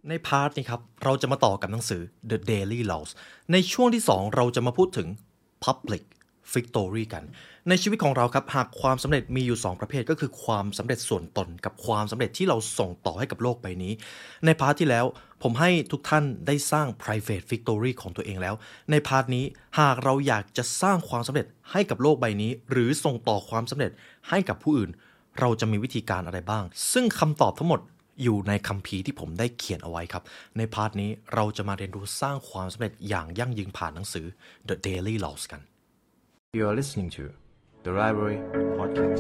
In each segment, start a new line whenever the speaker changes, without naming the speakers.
ในพาร์ทนี้ครับเราจะมาต่อกับหนังสือ The Daily Laws ในช่วงที่2เราจะมาพูดถึง Public Victory กันในชีวิตของเราครับหากความสำเร็จมีอยู่2ประเภทก็คือความสำเร็จส่วนตนกับความสำเร็จที่เราส่งต่อให้กับโลกใบนี้ในพาร์ทที่แล้วผมให้ทุกท่านได้สร้าง Private Victory ของตัวเองแล้วในพาร์ทนี้หากเราอยากจะสร้างความสำเร็จให้กับโลกใบนี้หรือส่งต่อความสำเร็จให้กับผู้อื่นเราจะมีวิธีการอะไรบ้างซึ่งคำตอบทั้งหมดอยู่ในคัมภีร์ที่ผมได้เขียนเอาไว้ครับในพาร์ทนี้เราจะมาเรียนรู้สร้างความสำเร็จอย่างยั่งยืนผ่านหนังสือ The Daily Laws กัน
You are listening to The Library Podcast.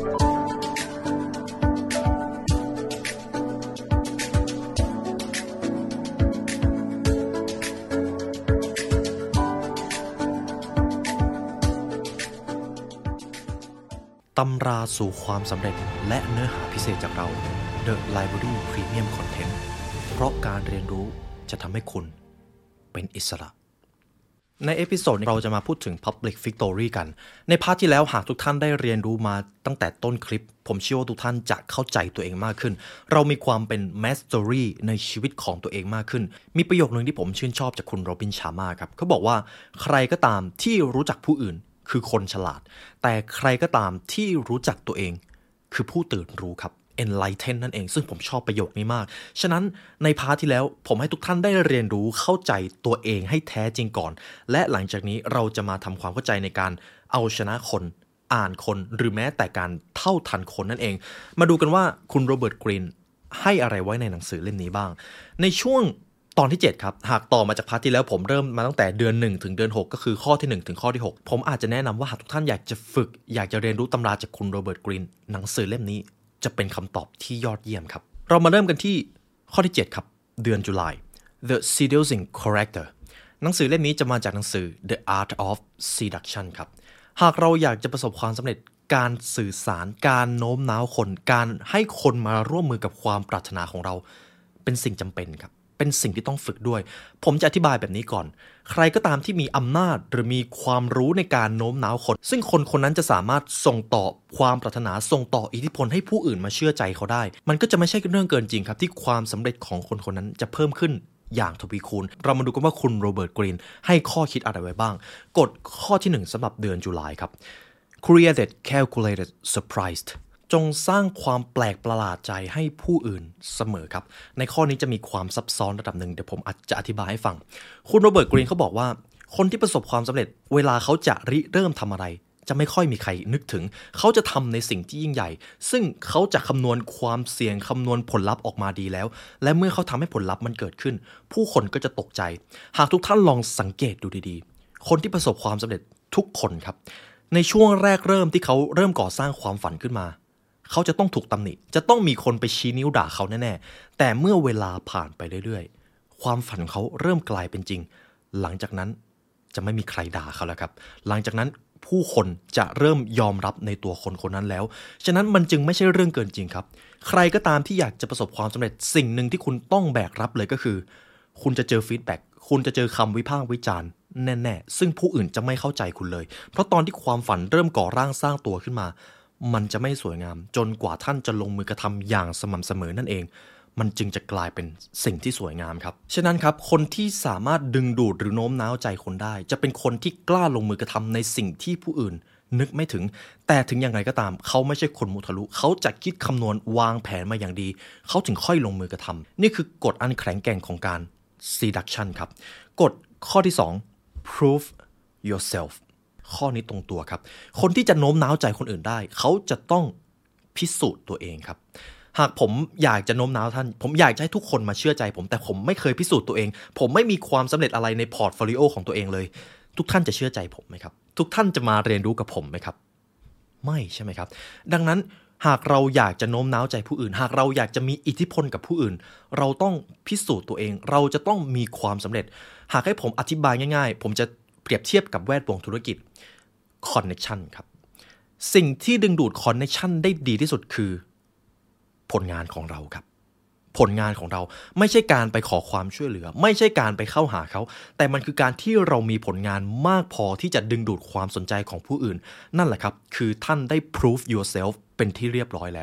ตำราสู่ความสำเร็จและเนื้อหาพิเศษจากเรา The Library Premium Content เพราะการเรียนรู้จะทำให้คุณเป็นอิสระในเอพิโซดนี้เราจะมาพูดถึง Public Victory กันในพาร์ทที่แล้วหากทุกท่านได้เรียนรู้มาตั้งแต่ต้นคลิปผมเชื่อว่าทุกท่านจะเข้าใจตัวเองมากขึ้นเรามีความเป็น Mastery ในชีวิตของตัวเองมากขึ้นมีประโยคนึงที่ผมชื่นชอบจากคุณโรบินชาม่าครับเขาบอกว่าใครก็ตามที่รู้จักผู้อื่นคือคนฉลาดแต่ใครก็ตามที่รู้จักตัวเองคือผู้ตื่นรู้ครับ enlighten นั่นเองซึ่งผมชอบประโยคนี้มากฉะนั้นในพาร์ทที่แล้วผมให้ทุกท่านได้เรียนรู้เข้าใจตัวเองให้แท้จริงก่อนและหลังจากนี้เราจะมาทำความเข้าใจในการเอาชนะคนอ่านคนหรือแม้แต่การเท่าทันคนนั่นเองมาดูกันว่าคุณโรเบิร์ตกรีนให้อะไรไว้ในหนังสือเล่มนี้บ้างในช่วงตอนที่7ครับหากต่อมาจากพาร์ทที่แล้วผมเริ่มมาตั้งแต่เดือน1ถึงเดือน6ก็คือข้อที่1ถึงข้อที่6ผมอาจจะแนะนำว่าหากทุกท่านอยากจะฝึกอยากจะเรียนรู้ตำราจากคุณโรเบิร์ตกรีนหนังสือเล่มนี้จะเป็นคำตอบที่ยอดเยี่ยมครับเรามาเริ่มกันที่ข้อที่7ครับเดือนตุลา The Seducing Character หนังสือเล่มนี้จะมาจากหนังสือ The Art of Seduction ครับหากเราอยากจะประสบความสำเร็จการสื่อสารการโน้มน้าวคนการให้คนมาร่วมมือกับความปรารถนาของเราเป็นสิ่งจำเป็นครับเป็นสิ่งที่ต้องฝึกด้วยผมจะอธิบายแบบนี้ก่อนใครก็ตามที่มีอำนาจหรือมีความรู้ในการโน้มน้าวคนซึ่งคนคนนั้นจะสามารถส่งต่อความปรารถนาส่งต่ออิทธิพลให้ผู้อื่นมาเชื่อใจเขาได้มันก็จะไม่ใช่เรื่องเกินจริงครับที่ความสำเร็จของคนคนนั้นจะเพิ่มขึ้นอย่างทวีคูณเรามาดูกันว่าคุณโรเบิร์ตกรีนให้ข้อคิดอะไรไว้บ้างกฎข้อที่1สำหรับเดือนตุลาครับ Created Calculated Surprisedจงสร้างความแปลกประหลาดใจให้ผู้อื่นเสมอครับในข้อนี้จะมีความซับซ้อนระดับหนึ่งเดี๋ยวผมอาจจะอธิบายให้ฟังคุณโรเบิร์ตกรีนเขาบอกว่าคนที่ประสบความสำเร็จเวลาเขาจะริเริ่มทำอะไรจะไม่ค่อยมีใครนึกถึงเขาจะทำในสิ่งที่ยิ่งใหญ่ซึ่งเขาจะคำนวณความเสี่ยงคำนวณผลลัพธ์ออกมาดีแล้วและเมื่อเขาทำให้ผลลัพธ์มันเกิดขึ้นผู้คนก็จะตกใจหากทุกท่านลองสังเกตดูดีๆคนที่ประสบความสำเร็จทุกคนครับในช่วงแรกเริ่มที่เขาเริ่มก่อสร้างความฝันขึ้นมาเขาจะต้องถูกตำหนิจะต้องมีคนไปชี้นิ้วด่าเขาแน่ๆแต่เมื่อเวลาผ่านไปเรื่อยๆความฝันเขาเริ่มกลายเป็นจริงหลังจากนั้นจะไม่มีใครด่าเขาแล้วครับหลังจากนั้นผู้คนจะเริ่มยอมรับในตัวคนคนนั้นแล้วฉะนั้นมันจึงไม่ใช่เรื่องเกินจริงครับใครก็ตามที่อยากจะประสบความสำเร็จสิ่งหนึ่งที่คุณต้องแบกรับเลยก็คือคุณจะเจอฟีดแบ็กคุณจะเจอคำวิพากษ์วิจารณ์แน่ๆซึ่งผู้อื่นจะไม่เข้าใจคุณเลยเพราะตอนที่ความฝันเริ่มก่อร่างสร้างตัวขึ้นมามันจะไม่สวยงามจนกว่าท่านจะลงมือกระทำอย่างสม่ำเสมอนั่นเองมันจึงจะกลายเป็นสิ่งที่สวยงามครับฉะนั้นครับคนที่สามารถดึงดูดหรือโน้มน้าวใจคนได้จะเป็นคนที่กล้าลงมือกระทำในสิ่งที่ผู้อื่นนึกไม่ถึงแต่ถึงอย่างไรก็ตามเขาไม่ใช่คนมุทะลุเขาจะคิดคำนวณวางแผนมาอย่างดีเขาถึงค่อยลงมือกระทำนี่คือกฎอันแข็งแกร่งของการ seduction ครับกฎข้อที่2 prove yourselfข้อนี้ตรงตัวครับคนที่จะโน้มน้าวใจคนอื่นได้เขาจะต้องพิสูจน์ตัวเองครับหากผมอยากจะโน้มน้าวท่านผมอยากจะให้ทุกคนมาเชื่อใจผมแต่ผมไม่เคยพิสูจน์ตัวเองผมไม่มีความสำเร็จอะไรในพอร์ตโฟลิโอของตัวเองเลยทุกท่านจะเชื่อใจผมไหมครับทุกท่านจะมาเรียนรู้กับผมไหมครับไม่ใช่ไหมครับดังนั้นหากเราอยากจะโน้มน้าวใจผู้อื่นหากเราอยากจะมีอิทธิพลกับผู้อื่นเราต้องพิสูจน์ตัวเองเราจะต้องมีความสำเร็จหากให้ผมอธิบายง่ายๆผมจะเปรียบเทียบกับแวดวงธุรกิจคอนเนคชั่นครับสิ่งที่ดึงดูดคอนเนคชั่นได้ดีที่สุดคือผลงานของเราครับผลงานของเราไม่ใช่การไปขอความช่วยเหลือไม่ใช่การไปเข้าหาเขาแต่มันคือการที่เรามีผลงานมากพอที่จะดึงดูดความสนใจของผู้อื่นนั่นแหละครับคือท่านได้ prove yourself เป็นที่เรียบร้อยแล้ว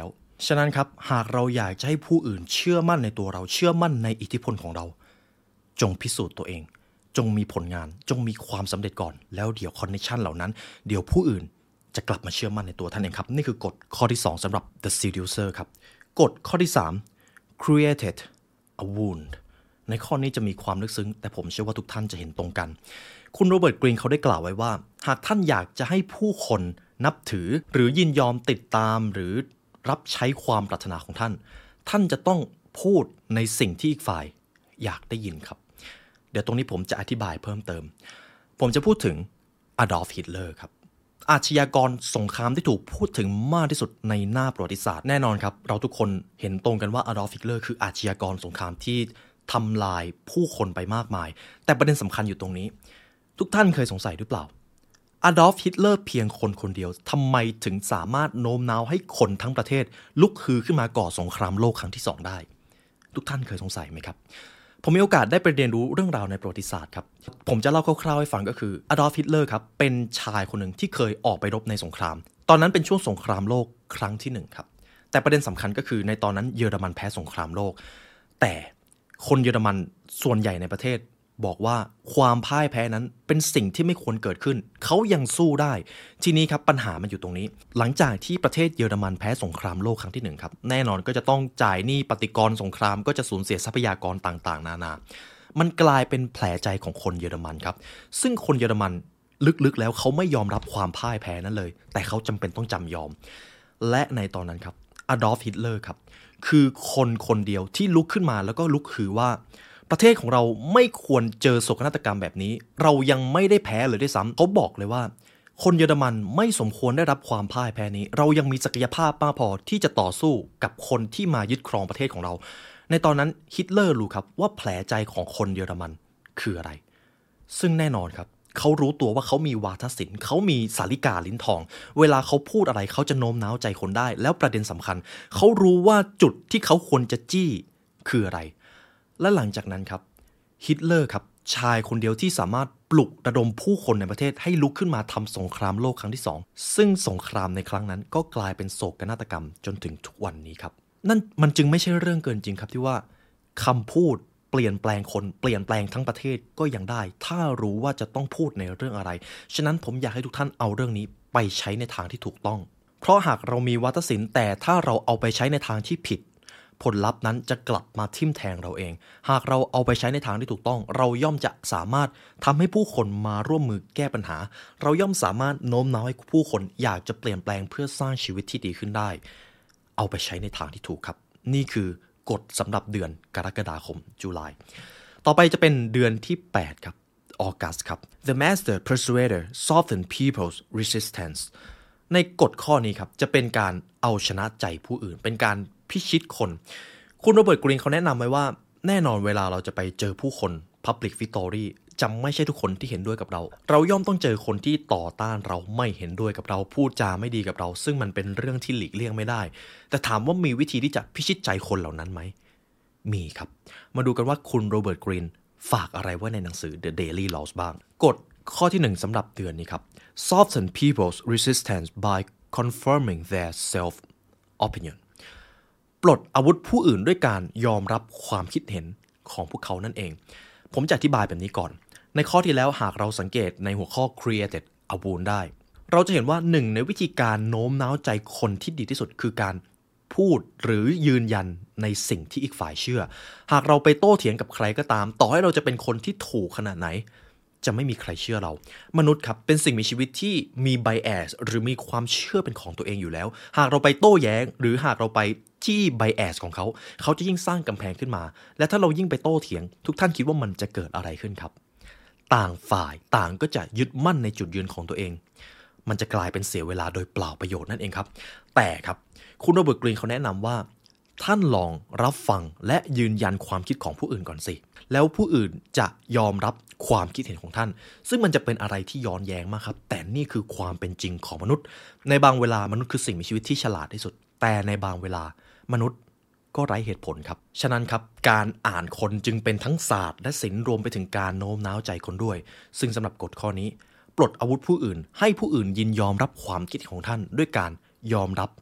ฉะนั้นครับหากเราอยากจะให้ผู้อื่นเชื่อมั่นในตัวเราเชื่อมั่นในอิทธิพลของเราจงพิสูจน์ตัวเองจงมีผลงานจงมีความสำเร็จก่อนแล้วเดี๋ยวคอนเนคชั่นเหล่านั้นเดี๋ยวผู้อื่นจะกลับมาเชื่อมั่นในตัวท่านเองครับนี่คือกฎข้อที่2สำหรับ The Seducer ครับกฎข้อที่3 created a wound ในข้อนี้จะมีความลึกซึ้งแต่ผมเชื่อว่าทุกท่านจะเห็นตรงกันคุณโรเบิร์ตกรีนเขาได้กล่าวไว้ว่าหากท่านอยากจะให้ผู้คนนับถือหรือยินยอมติดตามหรือรับใช้ความปรารถนาของท่านท่านจะต้องพูดในสิ่งที่อีกฝ่ายอยากได้ยินครับเดี๋ยวตรงนี้ผมจะอธิบายเพิ่มเติมผมจะพูดถึงอดอล์ฟ ฮิตเลอร์ครับอาชญากรสงครามที่ถูกพูดถึงมากที่สุดในหน้าประวัติศาสตร์แน่นอนครับเราทุกคนเห็นตรงกันว่าอดอล์ฟ ฮิตเลอร์คืออาชญากรสงครามที่ทำลายผู้คนไปมากมายแต่ประเด็นสำคัญอยู่ตรงนี้ทุกท่านเคยสงสัยหรือเปล่าอดอล์ฟ ฮิตเลอร์เพียงคนเดียวทำไมถึงสามารถโน้มน้าวให้คนทั้งประเทศลุกฮือขึ้นมาก่อสงครามโลกครั้งที่2ได้ทุกท่านเคยสงสัยไหมครับผมมีโอกาสได้ไปเรียนรู้เรื่องราวในประวัติศาสตร์ครับผมจะเล่าคร่าวๆให้ฟังก็คืออดอล์ฟ ฮิตเลอร์ครับเป็นชายคนหนึ่งที่เคยออกไปรบในสงครามตอนนั้นเป็นช่วงสงครามโลกครั้งที่1ครับแต่ประเด็นสำคัญก็คือในตอนนั้นเยอรมันแพ้สงครามโลกแต่คนเยอรมันส่วนใหญ่ในประเทศบอกว่าความพ่ายแพ้นั้นเป็นสิ่งที่ไม่ควรเกิดขึ้นเขายังสู้ได้ทีนี้ครับปัญหามันอยู่ตรงนี้หลังจากที่ประเทศเยอรมันแพ้สงครามโลกครั้งที่1ครับแน่นอนก็จะต้องจ่ายหนี้ปฏิกรณ์สงครามก็จะสูญเสียทรัพยากรต่างๆนานามันกลายเป็นแผลใจของคนเยอรมันครับซึ่งคนเยอรมันลึกๆแล้วเขาไม่ยอมรับความพ่ายแพ้นั้นเลยแต่เขาจำเป็นต้องจำยอมและในตอนนั้นครับอดอล์ฟ ฮิตเลอร์ครับคือคนเดียวที่ลุกขึ้นมาแล้วก็ลุกฮือว่าประเทศของเราไม่ควรเจอโศกนาฏกรรมแบบนี้เรายังไม่ได้แพ้เลยด้วยซ้ำเขาบอกเลยว่าคนเยอรมันไม่สมควรได้รับความพ่ายแพ้นี้เรายังมีศักยภาพมากพอที่จะต่อสู้กับคนที่มายึดครองประเทศของเราในตอนนั้นฮิตเลอร์รู้ครับว่าแผลใจของคนเยอรมันคืออะไรซึ่งแน่นอนครับเขารู้ตัวว่าเขามีวาทศิลป์เขามีสาริกาลิ้นทองเวลาเขาพูดอะไรเขาจะโน้มน้าวใจคนได้แล้วประเด็นสำคัญเขารู้ว่าจุดที่เขาควรจะจี้คืออะไรและหลังจากนั้นครับฮิตเลอร์ครับชายคนเดียวที่สามารถปลุกระดมผู้คนในประเทศให้ลุกขึ้นมาทำสงครามโลกครั้งที่2ซึ่งสงครามในครั้งนั้นก็กลายเป็นโศกนาฏกรรมจนถึงทุกวันนี้ครับนั่นมันจึงไม่ใช่เรื่องเกินจริงครับที่ว่าคำพูดเปลี่ยนแปลงคนเปลี่ยนแปลงทั้งประเทศก็ยังได้ถ้ารู้ว่าจะต้องพูดในเรื่องอะไรฉะนั้นผมอยากให้ทุกท่านเอาเรื่องนี้ไปใช้ในทางที่ถูกต้องเพราะหากเรามีวาทศิลป์แต่ถ้าเราเอาไปใช้ในทางที่ผิดผลลัพธ์นั้นจะกลับมาทิ่มแทงเราเองหากเราเอาไปใช้ในทางที่ถูกต้องเราย่อมจะสามารถทำให้ผู้คนมาร่วมมือแก้ปัญหาเราย่อมสามารถโน้มน้าวให้ผู้คนอยากจะเปลี่ยนแปลงเพื่อสร้างชีวิตที่ดีขึ้นได้เอาไปใช้ในทางที่ถูกครับนี่คือกฎสำหรับเดือนกรกฎาคมตุลาต่อไปจะเป็นเดือนที่8ครับออกัสครับ The Master Persuader Softened People's Resistance ในกฎข้อนี้ครับจะเป็นการเอาชนะใจผู้อื่นเป็นการพิชิตคนคุณโรเบิร์ตกรีนเขาแนะนำไว้ว่าแน่นอนเวลาเราจะไปเจอผู้คน Public Victory จะไม่ใช่ทุกคนที่เห็นด้วยกับเราย่อมต้องเจอคนที่ต่อต้านเราไม่เห็นด้วยกับเราพูดจาไม่ดีกับเราซึ่งมันเป็นเรื่องที่หลีกเลี่ยงไม่ได้แต่ถามว่ามีวิธีที่จะพิชิตใจคนเหล่านั้นไหมมีครับมาดูกันว่าคุณโรเบิร์ตกรีนฝากอะไรไว้ในหนังสือ The Daily Laws บ้างกฎข้อที่1สำหรับเดือนนี้ครับ Soften people's resistance by confirming their self-opinion ปลดอาวุธผู้อื่นด้วยการยอมรับความคิดเห็นของพวกเขานั่นเองผมจะอธิบายแบบนี้ก่อนในข้อที่แล้วหากเราสังเกตในหัวข้อ created a wound ได้เราจะเห็นว่าหนึ่งในวิธีการโน้มน้าวใจคนที่ดีที่สุดคือการพูดหรือยืนยันในสิ่งที่อีกฝ่ายเชื่อหากเราไปโต้เถียงกับใครก็ตามต่อให้เราจะเป็นคนที่ถูกขนาดไหนจะไม่มีใครเชื่อเรามนุษย์ครับเป็นสิ่งมีชีวิตที่มี bias หรือมีความเชื่อเป็นของตัวเองอยู่แล้วหากเราไปโต้แย้งหรือหากเราไปจี้ bias ของเขาจะยิ่งสร้างกำแพงขึ้นมาและถ้าเรายิ่งไปโต้เถียงทุกท่านคิดว่ามันจะเกิดอะไรขึ้นครับต่างฝ่ายต่างก็จะยึดมั่นในจุดยืนของตัวเองมันจะกลายเป็นเสียเวลาโดยเปล่าประโยชน์นั่นเองครับแต่ครับคุณโรเบิร์ตกรีนเขาแนะนำว่าท่านลองรับฟังและยืนยันความคิดของผู้อื่นก่อนสิแล้วผู้อื่นจะยอมรับความคิดเห็นของท่านซึ่งมันจะเป็นอะไรที่ย้อนแย้งมากครับแต่นี่คือความเป็นจริงของมนุษย์ในบางเวลามนุษย์คือสิ่งมีชีวิตที่ฉลาดที่สุดแต่ในบางเวลามนุษย์ก็ไร้เหตุผลครับฉะนั้นครับการอ่านคนจึงเป็นทั้งศาสตร์และศิลป์รวมไปถึงการโน้มน้าวใจคนด้วยซึ่งสำหรับกฎข้อนี้ปลดอาวุธผู้อื่นให้ผู้อื่นยินยอมรับความคิดของท่านด้วยการยอมรับ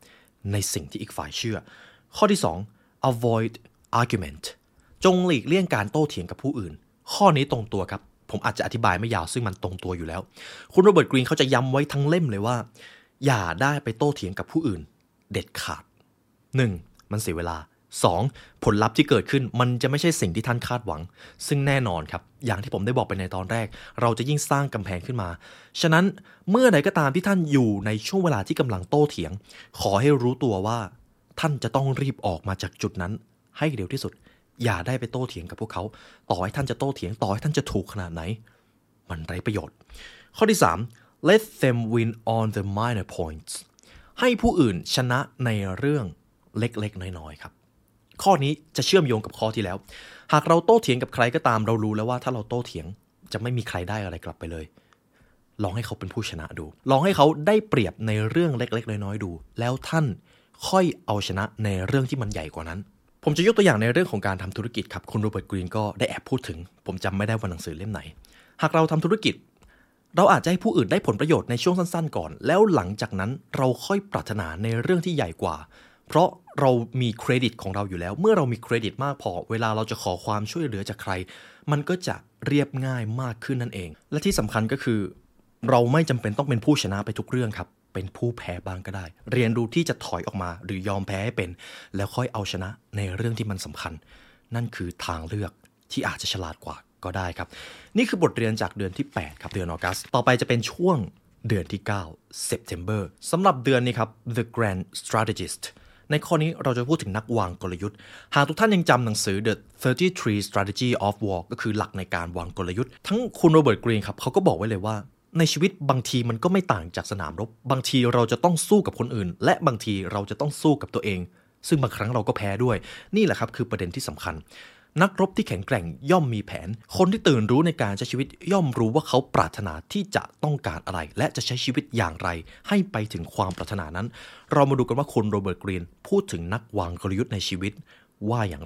ในสิ่งที่อีกฝ่ายเชื่อข้อที่ 2 avoid argument จงหลีกเลี่ยงการโต้เถียงกับผู้อื่นข้อนี้ตรงตัวครับผมอาจจะอธิบายไม่ยาวซึ่งมันตรงตัวอยู่แล้วคุณโรเบิร์ตกรีนเขาจะย้ำไว้ทั้งเล่มเลยว่าอย่าได้ไปโต้เถียงกับผู้อื่นเด็ดขาด 1. มันเสียเวลา 2. ผลลัพธ์ที่เกิดขึ้นมันจะไม่ใช่สิ่งที่ท่านคาดหวังซึ่งแน่นอนครับอย่างที่ผมได้บอกไปในตอนแรกเราจะยิ่งสร้างกำแพงขึ้นมาฉะนั้นเมื่อใดก็ตามที่ท่านอยู่ในช่วงเวลาที่กำลังโต้เถียงขอให้รู้ตัวว่าท่านจะต้องรีบออกมาจากจุดนั้นให้เร็วที่สุดอย่าได้ไปโต้เถียงกับพวกเขาต่อให้ท่านจะโต้เถียงต่อให้ท่านจะถูกขนาดไหนมันไร้ประโยชน์ข้อที่ 3 let them win on the minor points ให้ผู้อื่นชนะในเรื่องเล็กๆน้อยๆครับข้อนี้จะเชื่อมโยงกับข้อที่แล้วหากเราโต้เถียงกับใครก็ตามเรารู้แล้วว่าถ้าเราโต้เถียงจะไม่มีใครได้อะไรกลับไปเลยลองให้เขาเป็นผู้ชนะดูลองให้เขาได้เปรียบในเรื่องเล็กๆน้อยๆดูแล้วท่านค่อยเอาชนะในเรื่องที่มันใหญ่กว่านั้นผมจะยกตัวอย่างในเรื่องของการทำธุรกิจครับคุณโรเบิร์ตกรีนก็ได้แอบพูดถึงผมจำไม่ได้ว่าหนังสือเล่มไหนหากเราทำธุรกิจเราอาจจะให้ผู้อื่นได้ผลประโยชน์ในช่วงสั้นๆก่อนแล้วหลังจากนั้นเราค่อยปรารถนาในเรื่องที่ใหญ่กว่าเพราะเรามีเครดิตของเราอยู่แล้วเมื่อเรามีเครดิตมากพอเวลาเราจะขอความช่วยเหลือจากใครมันก็จะเรียบง่ายมากขึ้นนั่นเองและที่สำคัญก็คือเราไม่จำเป็นต้องเป็นผู้ชนะไปทุกเรื่องครับเป็นผู้แพ้บ้างก็ได้เรียนรู้ที่จะถอยออกมาหรือยอมแพ้ให้เป็นแล้วค่อยเอาชนะในเรื่องที่มันสำคัญนั่นคือทางเลือกที่อาจจะฉลาดกว่าก็ได้ครับนี่คือบทเรียนจากเดือนที่8ครับเดือนออกัสต่อไปจะเป็นช่วงเดือนที่9 September สำหรับเดือนนี้ครับ The Grand Strategist ในข้อนี้เราจะพูดถึงนักวางกลยุทธ์หากทุกท่านยังจำหนังสือ The 33 Strategy of War ก็คือหลักในการวางกลยุทธ์ทั้งคุณโรเบิร์ตกรีนครับเขาก็บอกไว้เลยว่าในชีวิตบางทีมันก็ไม่ต่างจากสนามรบบางทีเราจะต้องสู้กับคนอื่นและบางทีเราจะต้องสู้กับตัวเองซึ่งบางครั้งเราก็แพ้ด้วยนี่แหละครับคือประเด็นที่สำคัญนักรบที่แข็งแกร่งย่อมมีแผนคนที่ตื่นรู้ในการใช้ชีวิตย่อมรู้ว่าเขาปรารถนาที่จะต้องการอะไรและจะใช้ชีวิตอย่างไรให้ไปถึงความปรารถนานั้นเรามาดูกันว่าคุณโรเบิร์ตกรีนพูดถึงนักวางกลยุทธ์ในชีวิตว่าอย่างไร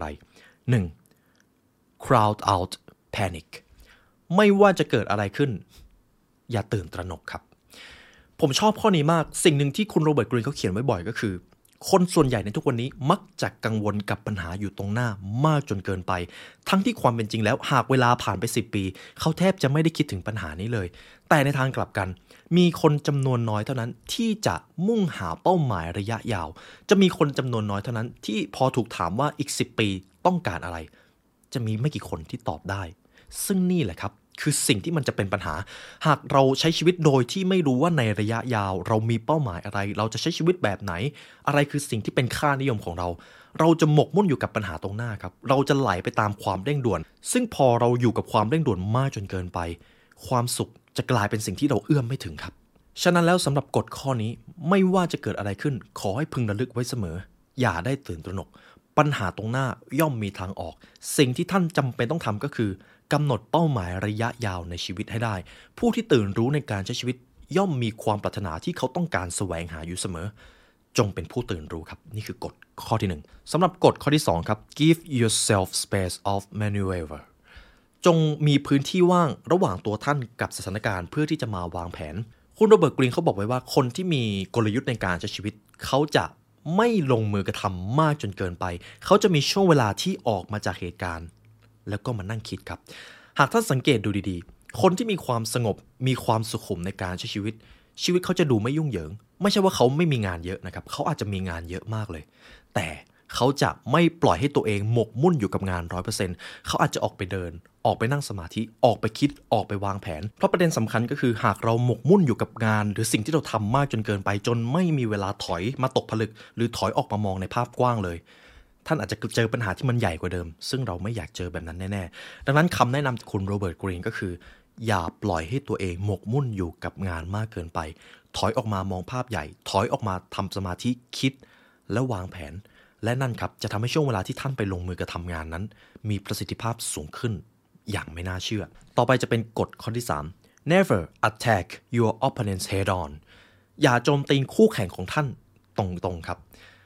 1. crowd out panic ไม่ว่าจะเกิดอะไรขึ้นอย่าตื่นตระหนกครับผมชอบข้อนี้มากสิ่งหนึ่งที่คุณโรเบิร์ตกรีนเขาเขียนไว้บ่อยก็คือคนส่วนใหญ่ในทุกวันนี้มักจะกังวลกับปัญหาอยู่ตรงหน้ามากจนเกินไปทั้งที่ความเป็นจริงแล้วหากเวลาผ่านไป10 ปีเขาแทบจะไม่ได้คิดถึงปัญหานี้เลยแต่ในทางกลับกันมีคนจำนวนน้อยเท่านั้นที่จะมุ่งหาเป้าหมายระยะยาวจะมีคนจำนวนน้อยเท่านั้นที่พอถูกถามว่าอีก10 ปีต้องการอะไรจะมีไม่กี่คนที่ตอบได้ซึ่งนี่แหละครับคือสิ่งที่มันจะเป็นปัญหาหากเราใช้ชีวิตโดยที่ไม่รู้ว่าในระยะยาวเรามีเป้าหมายอะไรเราจะใช้ชีวิตแบบไหนอะไรคือสิ่งที่เป็นค่านิยมของเราเราจะหมกมุ่นอยู่กับปัญหาตรงหน้าครับเราจะไหลไปตามความเร่งด่วนซึ่งพอเราอยู่กับความเร่งด่วนมากจนเกินไปความสุขจะกลายเป็นสิ่งที่เราเอื้อมไม่ถึงครับฉะนั้นแล้วสำหรับกฎข้อนี้ไม่ว่าจะเกิดอะไรขึ้นขอให้พึงระลึกไว้เสมออย่าได้ตื่นตระหนกปัญหาตรงหน้าย่อมมีทางออกสิ่งที่ท่านจำเป็นต้องทำก็คือกำหนดเป้าหมายระยะยาวในชีวิตให้ได้ผู้ที่ตื่นรู้ในการใช้ชีวิตย่อมมีความปรารถนาที่เขาต้องการแสวงหาอยู่เสมอจงเป็นผู้ตื่นรู้ครับนี่คือกฎข้อที่1สำหรับกฎข้อที่2ครับ give yourself space of maneuver จงมีพื้นที่ว่างระหว่างตัวท่านกับสถานการณ์เพื่อที่จะมาวางแผนคุณโรเบิร์ตกรีนเขาบอกไว้ว่าคนที่มีกลยุทธ์ในการใช้ชีวิตเขาจะไม่ลงมือกระทำมากจนเกินไปเขาจะมีช่วงเวลาที่ออกมาจากเหตุการณ์แล้วก็มานั่งคิดครับหากท่านสังเกตดูดีๆคนที่มีความสงบมีความสุขุมในการใช้ชีวิตเขาจะดูไม่ยุ่งเหยิงไม่ใช่ว่าเขาไม่มีงานเยอะนะครับเขาอาจจะมีงานเยอะมากเลยแต่เขาจะไม่ปล่อยให้ตัวเองหมกมุ่นอยู่กับงาน 100% เขาอาจจะออกไปเดินออกไปนั่งสมาธิออกไปคิดออกไปวางแผนเพราะประเด็นสำคัญก็คือหากเราหมกมุ่นอยู่กับงานหรือสิ่งที่เราทำมากจนเกินไปจนไม่มีเวลาถอยมาตกผลึกหรือถอยออกมามองในภาพกว้างเลยท่านอาจจะเจอปัญหาที่มันใหญ่กว่าเดิมซึ่งเราไม่อยากเจอแบบนั้นแน่ๆดังนั้นคำแนะนำจากคุณโรเบิร์ตกรีนก็คืออย่าปล่อยให้ตัวเองหมกมุ่นอยู่กับงานมากเกินไปถอยออกมามองภาพใหญ่ถอยออกมาทำสมาธิคิดและวางแผนและนั่นครับจะทำให้ช่วงเวลาที่ท่านไปลงมือกระทำงานนั้นมีประสิทธิภาพสูงขึ้นอย่างไม่น่าเชื่อต่อไปจะเป็นกฎข้อที่3 Never attack your opponents head on อย่าโจมตีคู่แข่งของท่านตรงๆครับ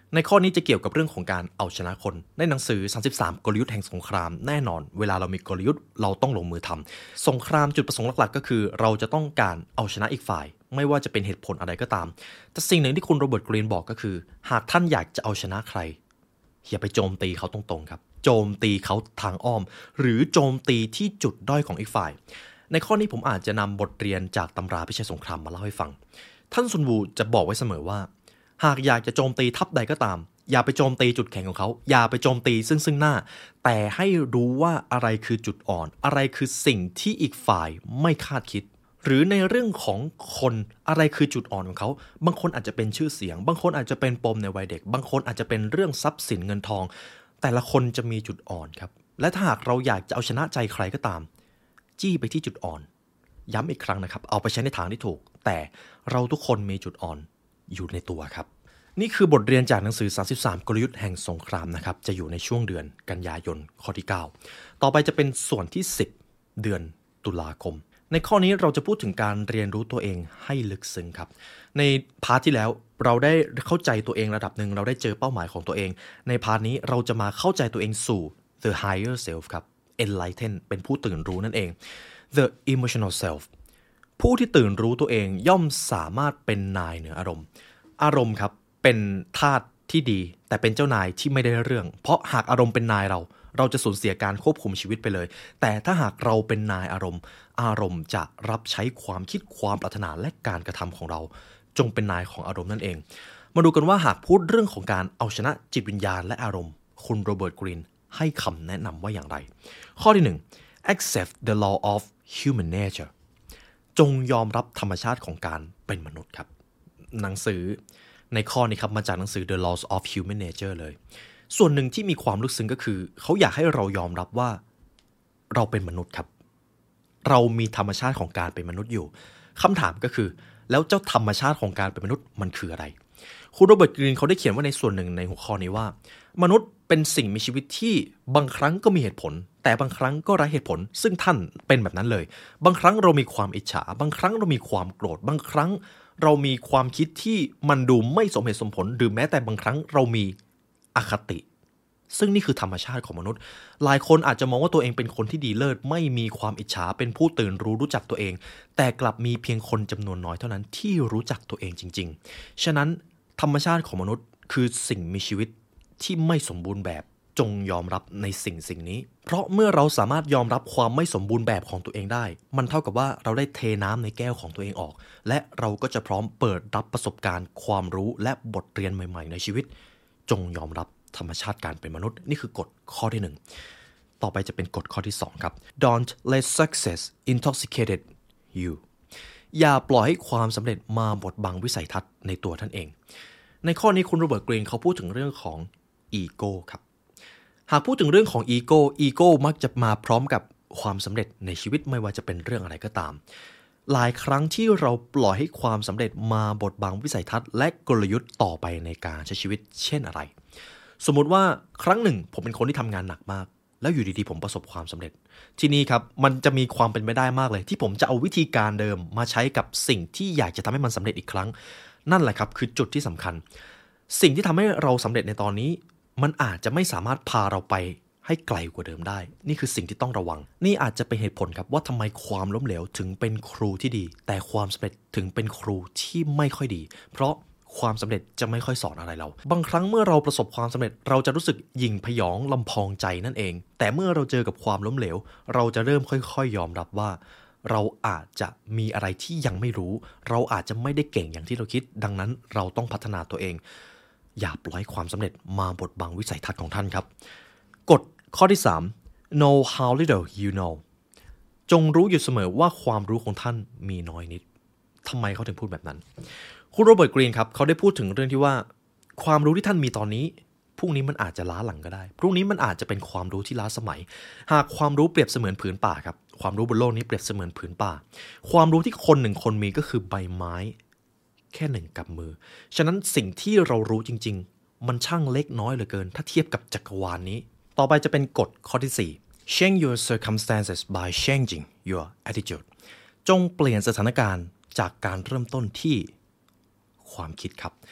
ในข้อนี้จะเกี่ยวกับเรื่องของการเอาชนะคนในหนังสือ33กลยุทธ์แห่งสงครามแน่นอนเวลาเรามีกลยุทธ์เราต้องลงมือทำสงครามจุดประสงค์หลักๆก็คือเราจะต้องการเอาชนะอีกฝ่ายไม่ว่าจะเป็นเหตุผลอะไรก็ตามแต่สิ่งหนึ่งที่คุณโรเบิร์ตกรีนบอกก็คือหากท่านอยากจะเอาชนะใครอย่าไปโจมตีเขาตรงๆครับโจมตีเขาทางอ้อมหรือโจมตีที่จุดด้อยของอีกฝ่ายในข้อนี้ผมอาจจะนำบทเรียนจากตำราพิชัยสงครามมาเล่าให้ฟังท่านซุนวูจะบอกไว้เสมอว่าหากอยากจะโจมตีทัพใดก็ตามอย่าไปโจมตีจุดแข็งของเขาอย่าไปโจมตีซึ่งหน้าแต่ให้รู้ว่าอะไรคือจุดอ่อนอะไรคือสิ่งที่อีกฝ่ายไม่คาดคิดหรือในเรื่องของคนอะไรคือจุดอ่อนของเขาบางคนอาจจะเป็นชื่อเสียงบางคนอาจจะเป็นปมในวัยเด็กบางคนอาจจะเป็นเรื่องทรัพย์สินเงินทองแต่ละคนจะมีจุดอ่อนครับและถ้าหากเราอยากจะเอาชนะใจใครก็ตามจี้ไปที่จุดอ่อนย้ำอีกครั้งนะครับเอาไปใช้ในทางที่ถูกแต่เราทุกคนมีจุดอ่อนอยู่ในตัวครับนี่คือบทเรียนจากหนังสือ33กลยุทธ์แห่งสงครามนะครับจะอยู่ในช่วงเดือนกันยายนข้อที่9ต่อไปจะเป็นส่วนที่10เดือนตุลาคมในข้อนี้เราจะพูดถึงการเรียนรู้ตัวเองให้ลึกซึ้งครับในพาร์ทที่แล้วเราได้เข้าใจตัวเองระดับหนึ่งเราได้เจอเป้าหมายของตัวเองในพาร์ทนี้เราจะมาเข้าใจตัวเองสู่ the higher self ครับ enlighten เป็นผู้ตื่นรู้นั่นเอง the emotional self ผู้ที่ตื่นรู้ตัวเองย่อมสามารถเป็นนายเหนืออารมณ์ครับเป็นทาสที่ดีแต่เป็นเจ้านายที่ไม่ได้เรื่องเพราะหากอารมณ์เป็นนายเราจะสูญเสียการควบคุมชีวิตไปเลยแต่ถ้าหากเราเป็นนายอารมณ์จะรับใช้ความคิดความปรารถนาและการกระทำของเราจงเป็นนายของอารมณ์นั่นเองมาดูกันว่าหากพูดเรื่องของการเอาชนะจิตวิญญาณและอารมณ์คุณโรเบิร์ตกรีนให้คำแนะนำว่าอย่างไรข้อที่1 accept the law of human nature จงยอมรับธรรมชาติของการเป็นมนุษย์ครับหนังสือในข้อนี้ครับมาจากหนังสือ The Laws of Human Nature เลยส่วนหนึ่งที่มีความลึกซึ้งก็คือเขาอยากให้เรายอมรับว่าเราเป็นมนุษย์ครับเรามีธรรมชาติของการเป็นมนุษย์อยู่คำถามก็คือแล้วเจ้าธรรมชาติของการเป็นมนุษย์มันคืออะไรคุณโรเบิร์ตกรีนเขาได้เขียนไว้ในส่วนหนึ่งในหัวข้อนี้ว่ามนุษย์เป็นสิ่งมีชีวิตที่บางครั้งก็มีเหตุผลแต่บางครั้งก็ไร้เหตุผลซึ่งท่านเป็นแบบนั้นเลยบางครั้งเรามีความอิจฉาบางครั้งเรามีความโกรธบางครั้งเรามีความคิดที่มันดูไม่สมเหตุสมผลหรือแม้แต่บางครั้งเรามีอคติซึ่งนี่คือธรรมชาติของมนุษย์หลายคนอาจจะมองว่าตัวเองเป็นคนที่ดีเลิศไม่มีความอิจฉาเป็นผู้ตื่นรู้จักตัวเองแต่กลับมีเพียงคนจำนวนน้อยเท่านั้นที่รู้จักตัวเองจริงๆฉะนั้นธรรมชาติของมนุษย์คือสิ่งมีชีวิตที่ไม่สมบูรณ์แบบจงยอมรับในสิ่งนี้เพราะเมื่อเราสามารถยอมรับความไม่สมบูรณ์แบบของตัวเองได้มันเท่ากับว่าเราได้เทน้ำในแก้วของตัวเองออกและเราก็จะพร้อมเปิดรับประสบการณ์ความรู้และบทเรียนใหม่ๆในชีวิตจงยอมรับธรรมชาติการเป็นมนุษย์นี่คือกฎข้อที่1ต่อไปจะเป็นกฎข้อที่2ครับ Don't let success intoxicate you อย่าปล่อยให้ความสำเร็จมาบดบังวิสัยทัศน์ในตัวท่านเองในข้อนี้คุณโรเบิร์ตกรีนเขาพูดถึงเรื่องของอีโก้ครับหากพูดถึงเรื่องของอีโก้มักจะมาพร้อมกับความสำเร็จในชีวิตไม่ว่าจะเป็นเรื่องอะไรก็ตามหลายครั้งที่เราปล่อยให้ความสำเร็จมาบดบังวิสัยทัศน์และกลยุทธ์ต่อไปในการใช้ชีวิตเช่นอะไรสมมุติว่าครั้งหนึ่งผมเป็นคนที่ทำงานหนักมากแล้วอยู่ดีๆผมประสบความสำเร็จทีนี้ครับมันจะมีความเป็นไปได้มากเลยที่ผมจะเอาวิธีการเดิมมาใช้กับสิ่งที่อยากจะทำให้มันสำเร็จอีกครั้งนั่นแหละครับคือจุดที่สำคัญสิ่งที่ทำให้เราสำเร็จในตอนนี้มันอาจจะไม่สามารถพาเราไปให้ไกลกว่าเดิมได้นี่คือสิ่งที่ต้องระวังนี่อาจจะเป็นเหตุผลครับว่าทำไมความล้มเหลวถึงเป็นครูที่ดีแต่ความสำเร็จถึงเป็นครูที่ไม่ค่อยดีเพราะความสำเร็จจะไม่ค่อยสอนอะไรเราบางครั้งเมื่อเราประสบความสำเร็จเราจะรู้สึกหยิ่งพยองลำพองใจนั่นเองแต่เมื่อเราเจอกับความล้มเหลวเราจะเริ่มค่อยๆยอมรับว่าเราอาจจะมีอะไรที่ยังไม่รู้เราอาจจะไม่ได้เก่งอย่างที่เราคิดดังนั้นเราต้องพัฒนาตัวเองอย่าปล่อยความสำเร็จมาบดบังวิสัยทัศน์ของท่านครับกฎข้อที่3 know how little you know จงรู้อยู่เสมอว่าความรู้ของท่านมีน้อยนิดทำไมเขาถึงพูดแบบนั้นคุณโรเบิร์ตกรีนครับเขาได้พูดถึงเรื่องที่ว่าความรู้ที่ท่านมีตอนนี้พรุ่งนี้มันอาจจะล้าหลังก็ได้พรุ่งนี้มันอาจจะเป็นความรู้ที่ล้าสมัยหากความรู้เปรียบเสมือนผืนป่าครับความรู้บนโลกนี้เปรียบเสมือนผืนป่าความรู้ที่คนหนึ่งคนมีก็คือใบไม้แค่1 กำมือฉะนั้นสิ่งที่เรารู้จริงๆมันช่างเล็กน้อยเหลือเกินถ้าเทียบกับจักรวาลนี้ต่อไปจะเป็นกฎข้อที่4 change your circumstances by changing your attitude จงเปลี่ยนสถานการณ์จากการเริ่มต้นที่ความคิดครับ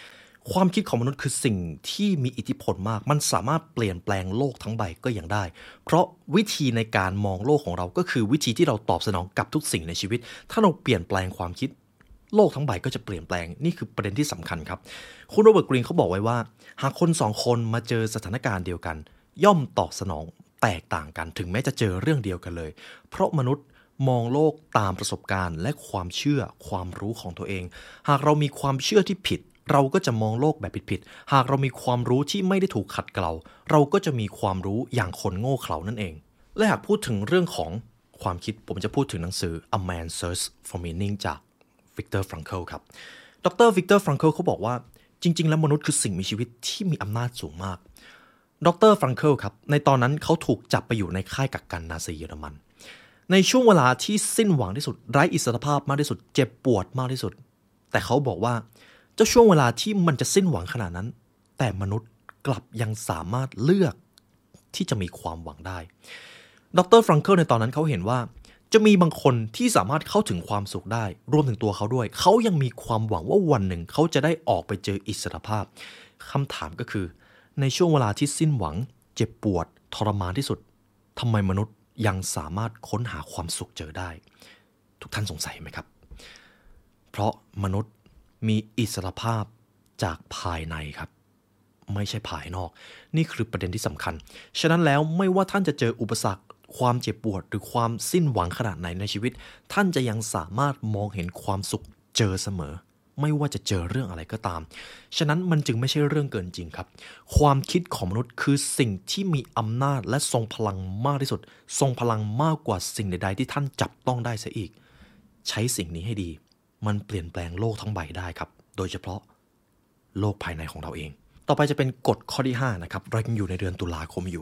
ความคิดของมนุษย์คือสิ่งที่มีอิทธิพลมากมันสามารถเปลี่ยนแปลงโลกทั้งใบก็ยังได้เพราะวิธีในการมองโลกของเราก็คือวิธีที่เราตอบสนองกับทุกสิ่งในชีวิตถ้าเราเปลี่ยนแปลงความคิดโลกทั้งใบก็จะเปลี่ยนแปลงนี่คือประเด็นที่สำคัญครับคุณโรเบิร์ตกรีนเขาบอกไว้ว่าหากคน2คนมาเจอสถานการณ์เดียวกันย่อมตอบสนองแตกต่างกันถึงแม้จะเจอเรื่องเดียวกันเลยเพราะมนุษย์มองโลกตามประสบการณ์และความเชื่อความรู้ของตัวเองหากเรามีความเชื่อที่ผิดเราก็จะมองโลกแบบผิดๆหากเรามีความรู้ที่ไม่ได้ถูกขัดเกลาเราก็จะมีความรู้อย่างคนโง่เขลานั่นเองและหากพูดถึงเรื่องของความคิดผมจะพูดถึงหนังสือ A Man Search for Meaning จากวิกเตอร์ฟรังเคิลครับดรวิกเตอร์ฟรังเคิลเขาบอกว่าจริงๆแล้วมนุษย์คือสิ่งมีชีวิตที่มีอำนาจสูงมากดรฟรังเคิลครับในตอนนั้นเขาถูกจับไปอยู่ในค่ายกักกันนาซีเยอรมันในช่วงเวลาที่สิ้นหวังที่สุดไร้อิสรภาพมากที่สุดเจ็บปวดมากที่สุดแต่เขาบอกว่าเจ้าช่วงเวลาที่มันจะสิ้นหวังขนาดนั้นแต่มนุษย์กลับยังสามารถเลือกที่จะมีความหวังได้ดรฟรังเคิลในตอนนั้นเขาเห็นว่าจะมีบางคนที่สามารถเข้าถึงความสุขได้รวมถึงตัวเขาด้วยเขายังมีความหวังว่าวันหนึ่งเขาจะได้ออกไปเจออิสรภาพคำถามก็คือในช่วงเวลาที่สิ้นหวังเจ็บปวดทรมานที่สุดทำไมมนุษย์ยังสามารถค้นหาความสุขเจอได้ทุกท่านสงสัยไหมครับเพราะมนุษย์มีอิสรภาพจากภายในครับไม่ใช่ภายนอกนี่คือประเด็นที่สำคัญฉะนั้นแล้วไม่ว่าท่านจะเจออุปสรรคความเจ็บปวดหรือความสิ้นหวังขนาดไหนในชีวิตท่านจะยังสามารถมองเห็นความสุขเจอเสมอไม่ว่าจะเจอเรื่องอะไรก็ตามฉะนั้นมันจึงไม่ใช่เรื่องเกินจริงครับความคิดของมนุษย์คือสิ่งที่มีอำนาจและทรงพลังมากที่สุดทรงพลังมากกว่าสิ่งใดๆที่ท่านจับต้องได้เสียอีกใช้สิ่งนี้ให้ดีมันเปลี่ยนแปลงโลกทั้งใบได้ครับโดยเฉพาะโลกภายในของเราเองต่อไปจะเป็นกฎข้อที่5นะครับเรายังอยู่ในเดือนตุลาคมอยู่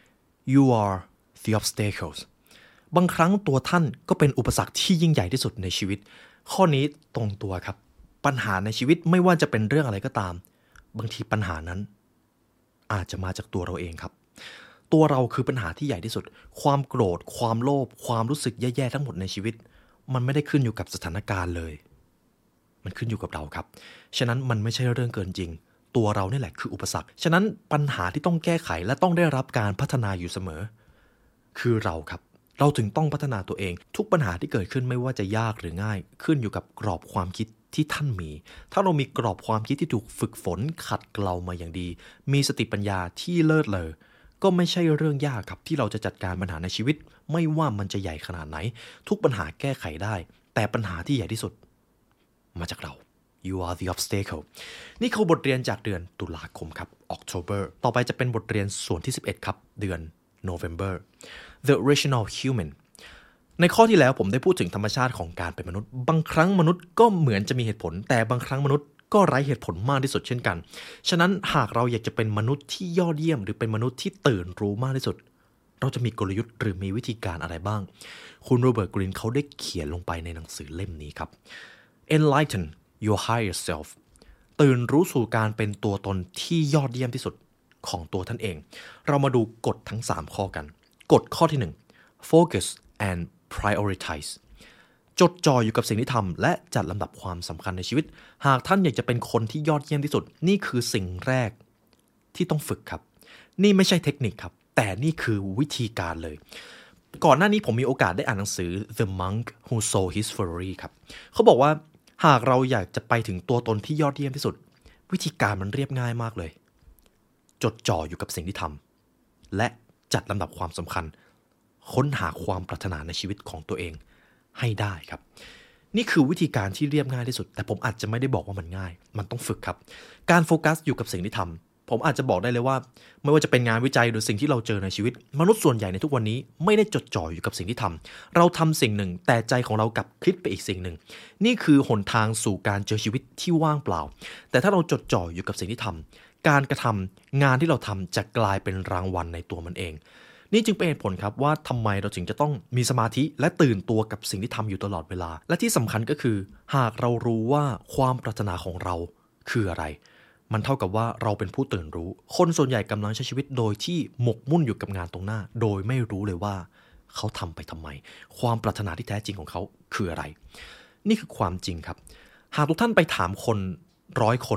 You are the obstacles บางครั้งตัวท่านก็เป็นอุปสรรคที่ยิ่งใหญ่ที่สุดในชีวิตข้อนี้ตรงตัวครับปัญหาในชีวิตไม่ว่าจะเป็นเรื่องอะไรก็ตามบางทีปัญหานั้นอาจจะมาจากตัวเราเองครับตัวเราคือปัญหาที่ใหญ่ที่สุดความโกรธความโลภความรู้สึกแย่ๆทั้งหมดในชีวิตมันไม่ได้ขึ้นอยู่กับสถานการณ์เลยมันขึ้นอยู่กับเราครับฉะนั้นมันไม่ใช่เรื่องเกินจริงตัวเรานี่แหละคืออุปสรรคฉะนั้นปัญหาที่ต้องแก้ไขและต้องได้รับการพัฒนาอยู่เสมอคือเราครับเราถึงต้องพัฒนาตัวเองทุกปัญหาที่เกิดขึ้นไม่ว่าจะยากหรือง่ายขึ้นอยู่กับกรอบความคิดที่ท่านมีถ้าเรามีกรอบความคิดที่ถูกฝึกฝนขัดเกลามาอย่างดีมีสติปัญญาที่เลิศเลอก็ไม่ใช่เรื่องยากครับที่เราจะจัดการปัญหาในชีวิตไม่ว่ามันจะใหญ่ขนาดไหนทุกปัญหาแก้ไขได้แต่ปัญหาที่ใหญ่ที่สุดมาจากเรา You are the obstacle นี่คือบทเรียนจากเดือนตุลาคมครับ October ต่อไปจะเป็นบทเรียนส่วนที่11ครับเดือน November The Rational Human ในข้อที่แล้วผมได้พูดถึงธรรมชาติของการเป็นมนุษย์บางครั้งมนุษย์ก็เหมือนจะมีเหตุผลแต่บางครั้งมนุษย์ก็ไร้เหตุผลมากที่สุดเช่นกันฉะนั้นหากเราอยากจะเป็นมนุษย์ที่ยอดเยี่ยมหรือเป็นมนุษย์ที่ตื่นรู้มากที่สุดเราจะมีกลยุทธ์หรือมีวิธีการอะไรบ้างคุณโรเบิร์ตกรีนเขาได้เขียนลงไปในหนังสือเล่มนี้ครับ Enlighten your higher self ตื่นรู้สู่การเป็นตัวตนที่ยอดเยี่ยมที่สุดของตัวท่านเองเรามาดูกฎทั้ง3ข้อกันกฎข้อที่1 Focus and Prioritize จดจ่ออยู่กับสิ่งที่ทำและจัดลำดับความสำคัญในชีวิตหากท่านอยากจะเป็นคนที่ยอดเยี่ยมที่สุดนี่คือสิ่งแรกที่ต้องฝึกครับนี่ไม่ใช่เทคนิคครับแต่นี่คือวิธีการเลยก่อนหน้านี้ผมมีโอกาสได้อ่านหนังสือ The Monk Who Sold His Ferrari ครับเขาบอกว่าหากเราอยากจะไปถึงตัวตนที่ยอดเยี่ยมที่สุดวิธีการมันเรียบง่ายมากเลยจดจ่ออยู่กับสิ่งที่ทำและจัดลำดับความสำคัญค้นหาความปรารถนาในชีวิตของตัวเองให้ได้ครับนี่คือวิธีการที่เรียบง่ายที่สุดแต่ผมอาจจะไม่ได้บอกว่ามันง่ายมันต้องฝึกครับการโฟกัสอยู่กับสิ่งที่ทำผมอาจจะบอกได้เลยว่าไม่ว่าจะเป็นงานวิจัยหรือสิ่งที่เราเจอในชีวิตมนุษย์ส่วนใหญ่ในทุกวันนี้ไม่ได้จดจ่ออยู่กับสิ่งที่ทำเราทำสิ่งหนึ่งแต่ใจของเรากลับคิดไปอีกสิ่งหนึ่งนี่คือหนทางสู่การเจอชีวิตที่ว่างเปล่าแต่ถ้าเราจดจ่ออยู่กับสิ่งที่ทำการกระทำงานที่เราทำจะกลายเป็นรางวัลในตัวมันเองนี่จึงเป็นเหตุผลครับว่าทำไมเราถึงจะต้องมีสมาธิและตื่นตัวกับสิ่งที่ทำอยู่ตลอดเวลาและที่สำคัญก็คือหากเรารู้ว่าความปรารถนาของเราคืออะไรมันเท่ากับว่าเราเป็นผู้ตื่นรู้คนส่วนใหญ่กำลังใช้ชีวิตโดยที่หมกมุ่นอยู่กับงานตรงหน้าโดยไม่รู้เลยว่าเขาทำไปทำไมความปรารถนาที่แท้จริงของเขาคืออะไรนี่คือความจริงครับหากทุกท่านไปถามคน100 คน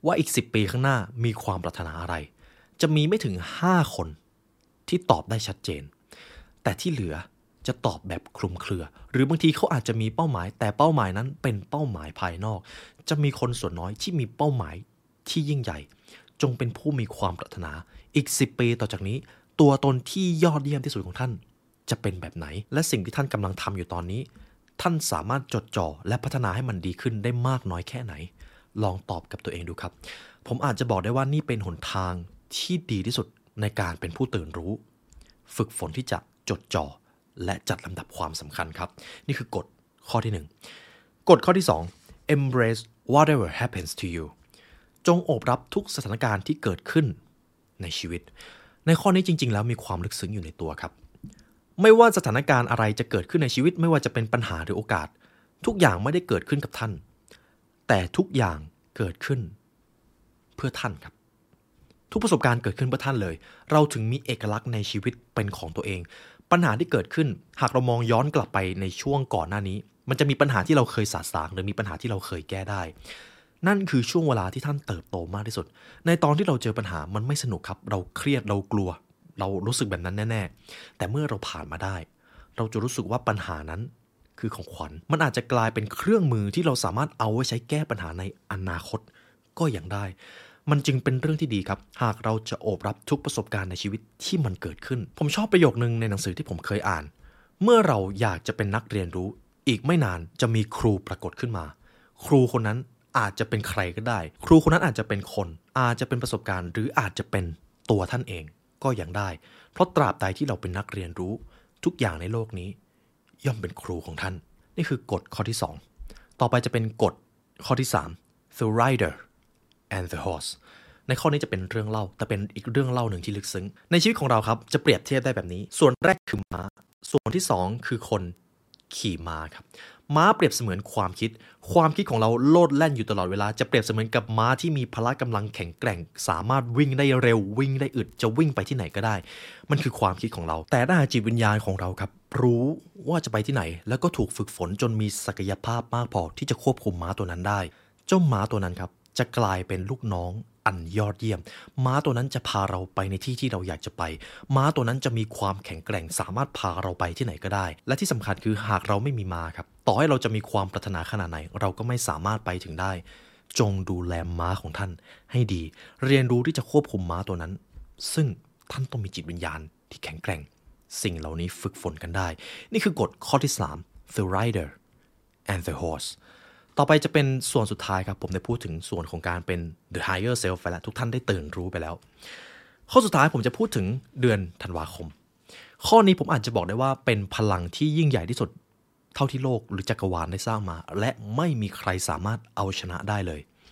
ว่าอีก10 ปีข้างหน้ามีความปรารถนาอะไรจะมีไม่ถึง5 คนที่ตอบได้ชัดเจนแต่ที่เหลือจะตอบแบบคลุมเครือหรือบางทีเขาอาจจะมีเป้าหมายแต่เป้าหมายนั้นเป็นเป้าหมายภายนอกจะมีคนส่วนน้อยที่มีเป้าหมายที่ยิ่งใหญ่จงเป็นผู้มีความปรารถนาอีก10 ปีต่อจากนี้ตัวตนที่ยอดเยี่ยมที่สุดของท่านจะเป็นแบบไหนและสิ่งที่ท่านกำลังทำอยู่ตอนนี้ท่านสามารถจดจ่อและพัฒนาให้มันดีขึ้นได้มากน้อยแค่ไหนลองตอบกับตัวเองดูครับผมอาจจะบอกได้ว่านี่เป็นหนทางที่ดีที่สุดในการเป็นผู้ตื่นรู้ฝึกฝนที่จะจดจ่อและจัดลำดับความสำคัญครับนี่คือกฎข้อที่1กฎข้อที่2 embrace whatever happens to you จงโอบรับทุกสถานการณ์ที่เกิดขึ้นในชีวิตในข้อนี้จริงๆแล้วมีความลึกซึ้งอยู่ในตัวครับไม่ว่าสถานการณ์อะไรจะเกิดขึ้นในชีวิตไม่ว่าจะเป็นปัญหาหรือโอกาสทุกอย่างไม่ได้เกิดขึ้นกับท่านแต่ทุกอย่างเกิดขึ้นเพื่อท่านครับทุกประสบการณ์เกิดขึ้นเพื่อท่านเลยเราถึงมีเอกลักษณ์ในชีวิตเป็นของตัวเองปัญหาที่เกิดขึ้นหากเรามองย้อนกลับไปในช่วงก่อนหน้านี้มันจะมีปัญหาที่เราเคยสะสางหรือมีปัญหาที่เราเคยแก้ได้นั่นคือช่วงเวลาที่ท่านเติบโตมากที่สุดในตอนที่เราเจอปัญหามันไม่สนุกครับเราเครียดเรากลัวเรารู้สึกแบบนั้นแน่ๆแต่เมื่อเราผ่านมาได้เราจะรู้สึกว่าปัญหานั้นคือของขวัญมันอาจจะกลายเป็นเครื่องมือที่เราสามารถเอาไว้ใช้แก้ปัญหาในอนาคตก็ยังได้มันจึงเป็นเรื่องที่ดีครับหากเราจะโอบรับทุกประสบการณ์ในชีวิตที่มันเกิดขึ้นผมชอบประโยคนึงในหนังสือที่ผมเคยอ่านเมื่อเราอยากจะเป็นนักเรียนรู้อีกไม่นานจะมีครูปรากฏขึ้นมาครูคนนั้นอาจจะเป็นใครก็ได้ครูคนนั้นอาจจะเป็นคนอาจจะเป็นประสบการณ์หรืออาจจะเป็นตัวท่านเองก็ยังได้เพราะตราบใดที่เราเป็นนักเรียนรู้ทุกอย่างในโลกนี้ย่อมเป็นครูของท่านนี่คือกฎข้อที่2ต่อไปจะเป็นกฎข้อที่3 The Rider and the Horse ในข้อนี้จะเป็นเรื่องเล่าแต่เป็นอีกเรื่องเล่าหนึ่งที่ลึกซึ้งในชีวิตของเราครับจะเปรียบเทียบได้แบบนี้ส่วนแรกคือม้าส่วนที่2คือคนขี่ม้าครับม้าเปรียบเสมือนความคิดของเราโลดแล่นอยู่ตลอดเวลาจะเปรียบเสมือนกับม้าที่มีพละกำลังแข็งแกร่งสามารถวิ่งได้เร็ววิ่งได้อึดจะวิ่งไปที่ไหนก็ได้มันคือความคิดของเราแต่ถ้าจิตวิญญาณของเราครับรู้ว่าจะไปที่ไหนแล้วก็ถูกฝึกฝนจนมีศักยภาพมากพอที่จะควบคุมม้าตัวนั้นได้เจ้าม้าตัวนั้นครับจะกลายเป็นลูกน้องอันยอดเยี่ยมม้าตัวนั้นจะพาเราไปในที่ที่เราอยากจะไปม้าตัวนั้นจะมีความแข็งแกร่งสามารถพาเราไปที่ไหนก็ได้และที่สำคัญคือหากเราไม่มีม้าครับต่อให้เราจะมีความปรารถนาขนาดไหนเราก็ไม่สามารถไปถึงได้จงดูแลม้าของท่านให้ดีเรียนรู้ที่จะควบคุมม้าตัวนั้นซึ่งท่านต้องมีจิตวิญญาณที่แข็งแกร่งสิ่งเหล่านี้ฝึกฝนกันได้นี่คือกฎข้อที่3 The Rider and the Horseต่อไปจะเป็นส่วนสุดท้ายครับผมได้พูดถึงส่วนของการเป็น the higher self ไปแล้วทุกท่านได้ตื่นรู้ไปแล้วข้อสุดท้ายผมจะพูดถึงเดือนธันวาคมข้อนี้ผมอาจจะบอกได้ว่าเป็นพลังที่ยิ่งใหญ่ที่สุดเท่าที่โลกหรือจักรวาลได้สร้างมาและไม่มีใครสามารถเอาชนะได้เลย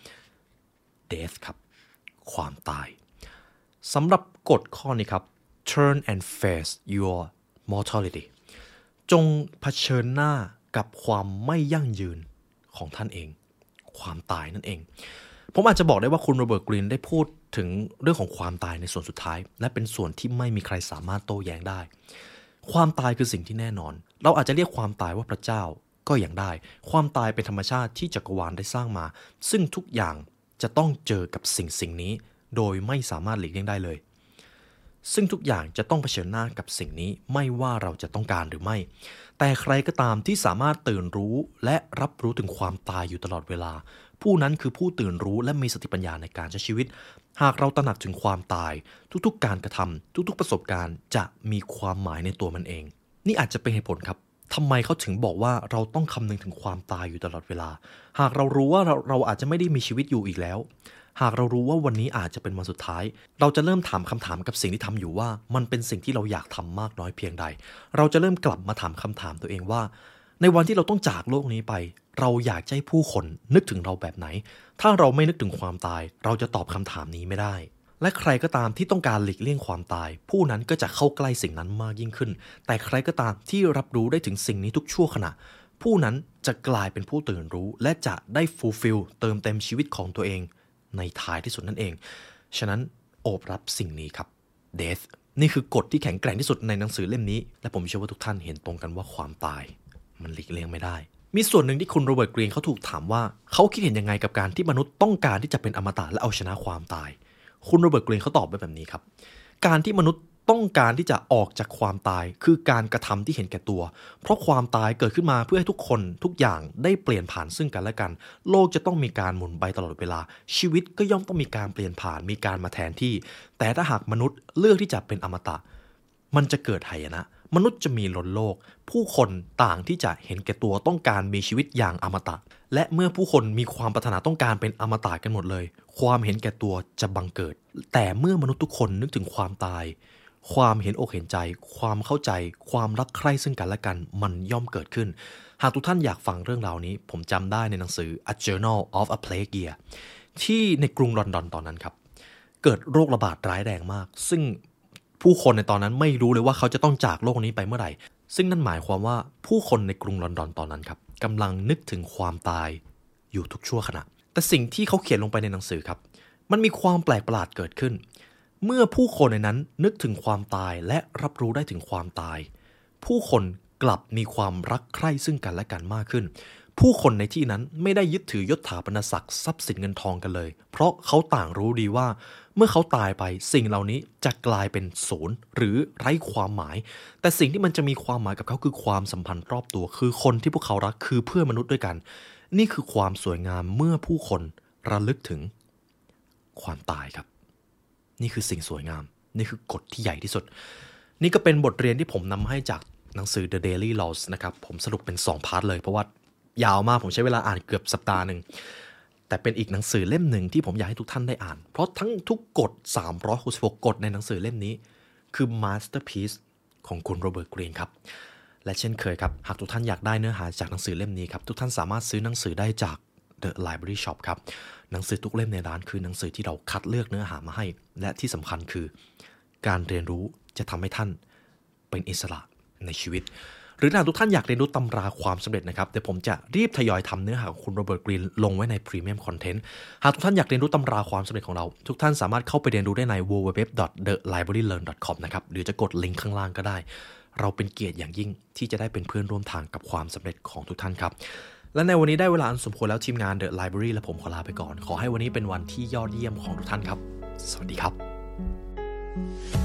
death ครับความตายสำหรับกฎข้อนี้ครับ turn and face your mortality จงเผชิญหน้ากับความไม่ยั่งยืนของท่านเองความตายนั่นเองผมอาจจะบอกได้ว่าคุณโรเบิร์ต กรีนได้พูดถึงเรื่องของความตายในส่วนสุดท้ายและเป็นส่วนที่ไม่มีใครสามารถโต้แย้งได้ความตายคือสิ่งที่แน่นอนเราอาจจะเรียกความตายว่าพระเจ้าก็อย่างได้ความตายเป็นธรรมชาติที่จักรวาลได้สร้างมาซึ่งทุกอย่างจะต้องเจอกับสิ่งนี้โดยไม่สามารถหลีกเลี่ยงได้เลยซึ่งทุกอย่างจะต้องเผชิญหน้ากับสิ่งนี้ไม่ว่าเราจะต้องการหรือไม่แต่ใครก็ตามที่สามารถตื่นรู้และรับรู้ถึงความตายอยู่ตลอดเวลาผู้นั้นคือผู้ตื่นรู้และมีสติปัญญาในการใช้ชีวิตหากเราตระหนักถึงความตายทุกๆการกระทำทุกๆประสบการณ์จะมีความหมายในตัวมันเองนี่อาจจะเป็นเหตุผลครับทำไมเขาถึงบอกว่าเราต้องคำนึงถึงความตายอยู่ตลอดเวลาหากเรารู้ว่าเราอาจจะไม่ได้มีชีวิตอยู่อีกแล้วหากเรารู้ว่าวันนี้อาจจะเป็นวันสุดท้ายเราจะเริ่มถามคำถามกับสิ่งที่ทำอยู่ว่ามันเป็นสิ่งที่เราอยากทำมากน้อยเพียงใดเราจะเริ่มกลับมาถามคำถามตัวเองว่าในวันที่เราต้องจากโลกนี้ไปเราอยากให้ผู้คนนึกถึงเราแบบไหนถ้าเราไม่นึกถึงความตายเราจะตอบคำถามนี้ไม่ได้และใครก็ตามที่ต้องการหลีกเลี่ยงความตายผู้นั้นก็จะเข้าใกล้สิ่งนั้นมากยิ่งขึ้นแต่ใครก็ตามที่รับรู้ได้ถึงสิ่งนี้ทุกชั่วขณะผู้นั้นจะกลายเป็นผู้ตื่นรู้และจะได้fulfillเติมเต็มชีวิตของตัวเองในท้ายที่สุดนั่นเองฉะนั้นโอบรับสิ่งนี้ครับ Death นี่คือกฎที่แข็งแกร่งที่สุดในหนังสือเล่มนี้และผมเชื่อว่าทุกท่านเห็นตรงกันว่าความตายมันหลีกเลี่ยงไม่ได้มีส่วนหนึ่งที่คุณโรเบิร์ตกรีนเขาถูกถามว่าเขาคิดเห็นยังไงกับการที่มนุษย์ต้องการที่จะเป็นอมตะและเอาชนะความตายคุณโรเบิร์ตกรีนเขาตอบไว้แบบนี้ครับการที่มนุษย์ต้องการที่จะออกจากความตายคือการกระทำที่เห็นแก่ตัวเพราะความตายเกิดขึ้นมาเพื่อให้ทุกคนทุกอย่างได้เปลี่ยนผ่านซึ่งกันและกันโลกจะต้องมีการหมุนไปตลอดเวลาชีวิตก็ย่อมต้องมีการเปลี่ยนผ่านมีการมาแทนที่แต่ถ้าหากมนุษย์เลือกที่จะเป็นอมตะมันจะเกิดหายนะมนุษย์จะมีล้นโลกผู้คนต่างที่จะเห็นแก่ตัวต้องการมีชีวิตอย่างอมตะและเมื่อผู้คนมีความปรารถนาต้องการเป็นอมตะกันหมดเลยความเห็นแก่ตัวจะบังเกิดแต่เมื่อมนุษย์ทุกคนนึกถึงความตายความเห็นอกเห็นใจความเข้าใจความรักใคร่ซึ่งกันและกันมันย่อมเกิดขึ้นหากทุกท่านอยากฟังเรื่องราวนี้ผมจำได้ในหนังสือ A Journal of a Plague Year ที่ในกรุงลอนดอนตอนนั้นครับเกิดโรคระบาดร้ายแรงมากซึ่งผู้คนในตอนนั้นไม่รู้เลยว่าเขาจะต้องจากโลกนี้ไปเมื่อไหร่ซึ่งนั่นหมายความว่าผู้คนในกรุงลอนดอนตอนนั้นครับกำลังนึกถึงความตายอยู่ทุกชั่วขณะแต่สิ่งที่เขาเขียนลงไปในหนังสือครับมันมีความแปลกประหลาดเกิดขึ้นเมื่อผู้คนในนั้นนึกถึงความตายและรับรู้ได้ถึงความตายผู้คนกลับมีความรักใคร่ซึ่งกันและกันมากขึ้นผู้คนในที่นั้นไม่ได้ยึดถือยศถาบรรณศักดิ์ทรัพย์สินเงินทองกันเลยเพราะเขาต่างรู้ดีว่าเมื่อเขาตายไปสิ่งเหล่านี้จะกลายเป็นศูนย์หรือไร้ความหมายแต่สิ่งที่มันจะมีความหมายกับเขาคือความสัมพันธ์รอบตัวคือคนที่พวกเขารักคือเพื่อนมนุษย์ด้วยกันนี่คือความสวยงามเมื่อผู้คนระลึกถึงความตายครับนี่คือสิ่งสวยงามนี่คือกฎที่ใหญ่ที่สุดนี่ก็เป็นบทเรียนที่ผมนำให้จากหนังสือ The Daily Laws นะครับผมสรุปเป็น2 พาร์ทเลยเพราะว่ายาวมากผมใช้เวลาอ่านเกือบสัปดาห์นึงแต่เป็นอีกหนังสือเล่มหนึ่งที่ผมอยากให้ทุกท่านได้อ่านเพราะทั้งทุกกฎ366กฎในหนังสือเล่มนี้คือ masterpiece ของคุณโรเบิร์ตกรีนครับและเช่นเคยครับหากทุกท่านอยากได้เนื้อหาจากหนังสือเล่มนี้ครับทุกท่านสามารถซื้อหนังสือได้จาก The Library Shop ครับหนังสือทุกเล่มในร้านคือหนังสือที่เราคัดเลือกเนื้อหามาให้และที่สำคัญคือการเรียนรู้จะทำให้ท่านเป็นอิสระในชีวิตหรือถ้าทุกท่านอยากเรียนรู้ตำราความสำเร็จนะครับเดี๋ยวผมจะรีบทยอยทำเนื้อหาของคุณโรเบิร์ตกรีนลงไว้ในพรีเมียมคอนเทนต์หากทุกท่านอยากเรียนรู้ตำราความสำเร็จของเราทุกท่านสามารถเข้าไปเรียนรู้ได้ใน www.thelibrarylearn.com นะครับหรือจะกดลิงก์ข้างล่างก็ได้เราเป็นเกียรติอย่างยิ่งที่จะได้เป็นเพื่อนร่วมทางกับความสำเร็จของทุกท่านครับและในวันนี้ได้เวลาอันสมควรแล้วทีมงาน The Library และผมขอลาไปก่อนขอให้วันนี้เป็นวันที่ยอดเยี่ยมของทุกท่านครับสวัสดีครับ